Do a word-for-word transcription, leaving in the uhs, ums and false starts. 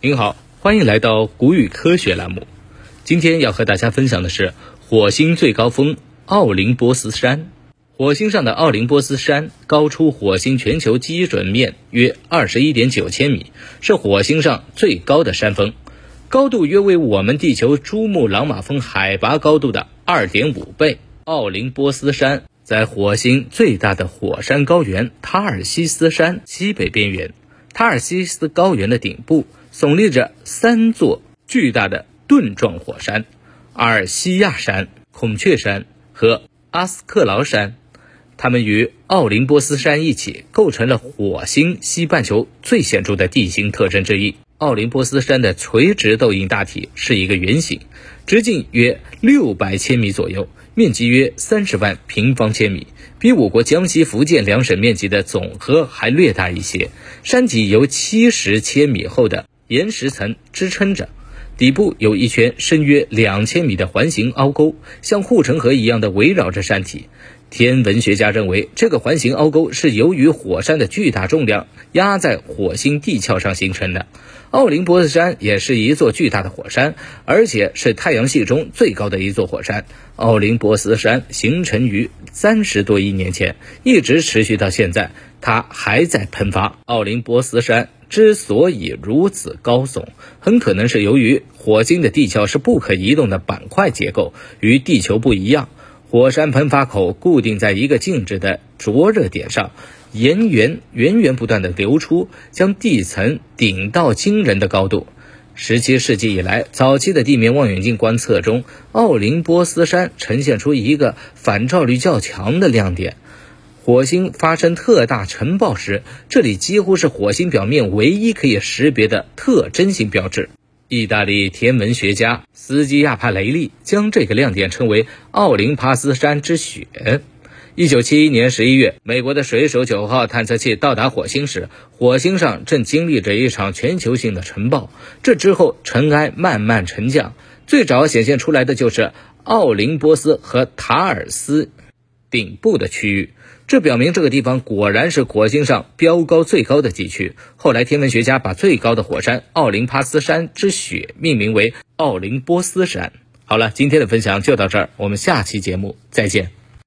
您好，欢迎来到古语科学栏目。今天要和大家分享的是火星最高峰奥林波斯山。火星上的奥林波斯山高出火星全球基准面约 二十一点九千米，是火星上最高的山峰，高度约为我们地球珠穆朗玛峰海拔高度的 二点五倍。奥林波斯山在火星最大的火山高原塔尔西斯山西北边缘，塔尔西斯高原的顶部耸立着三座巨大的盾状火山：阿尔西亚山、孔雀山和阿斯克劳山。它们与奥林波斯山一起构成了火星西半球最显著的地形特征之一。奥林波斯山的垂直斗影大体是一个圆形，直径约六百千米左右，面积约三十万平方千米，比我国江西、福建两省面积的总和还略大一些。山体由七十千米厚的岩石层支撑着，底部有一圈深约两千米的环形凹沟，像护城河一样的围绕着山体。天文学家认为，这个环形凹沟是由于火山的巨大重量压在火星地壳上形成的。奥林波斯山也是一座巨大的火山，而且是太阳系中最高的一座火山。奥林波斯山形成于三十多亿年前，一直持续到现在，它还在喷发。奥林波斯山之所以如此高耸，很可能是由于火星的地壳是不可移动的板块结构，与地球不一样。火山喷发口固定在一个静止的灼热点上，岩源源源不断地流出，将地层顶到惊人的高度。十七世纪以来，早期的地面望远镜观测中，奥林波斯山呈现出一个反照率较强的亮点。火星发生特大尘暴时，这里几乎是火星表面唯一可以识别的特征性标志。意大利天文学家斯基亚帕雷利将这个亮点称为奥林帕斯山之雪。一九七一年十一月，美国的水手九号探测器到达火星时，火星上正经历着一场全球性的尘暴。这之后，尘埃慢慢沉降，最早显现出来的就是奥林波斯和塔尔斯顶部的区域，这表明这个地方果然是火星上标高最高的地区。后来天文学家把最高的火山奥林帕斯山之雪命名为奥林波斯山。好了，今天的分享就到这儿，我们下期节目再见。